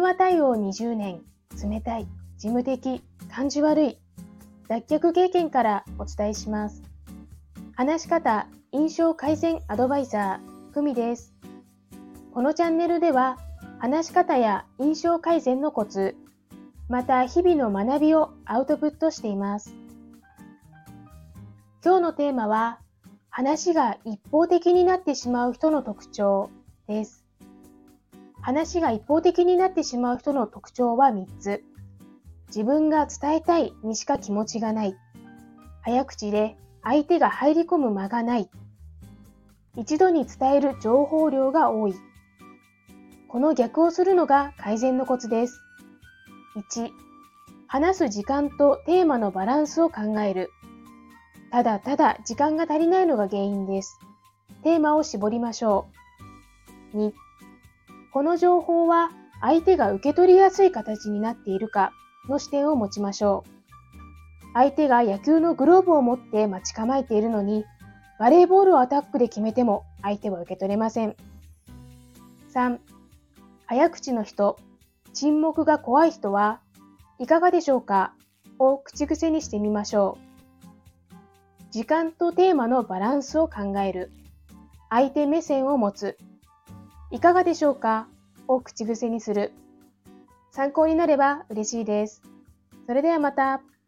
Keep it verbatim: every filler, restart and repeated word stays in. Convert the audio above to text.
話対応にじゅうねん、冷たい、事務的、感じ悪い、脱却経験からお伝えします。話し方、印象改善アドバイザー、久美です。このチャンネルでは、話し方や印象改善のコツ、また日々の学びをアウトプットしています。今日のテーマは、話が一方的になってしまう人の特徴です。話が一方的になってしまう人の特徴はみっつ。自分が伝えたいにしか気持ちがない。早口で相手が入り込む間がない。一度に伝える情報量が多い。この逆をするのが改善のコツです。いち、話す時間とテーマのバランスを考える。ただただ時間が足りないのが原因です。テーマを絞りましょう。に、この情報は相手が受け取りやすい形になっているかの視点を持ちましょう。相手が野球のグローブを持って待ち構えているのに、バレーボールをアタックで決めても相手は受け取れません。さん、早口の人、沈黙が怖い人はいかがでしょうかを口癖にしてみましょう。時間とテーマのバランスを考える。相手目線を持つ。いかがでしょうかを口癖にする。参考になれば嬉しいです。それではまた。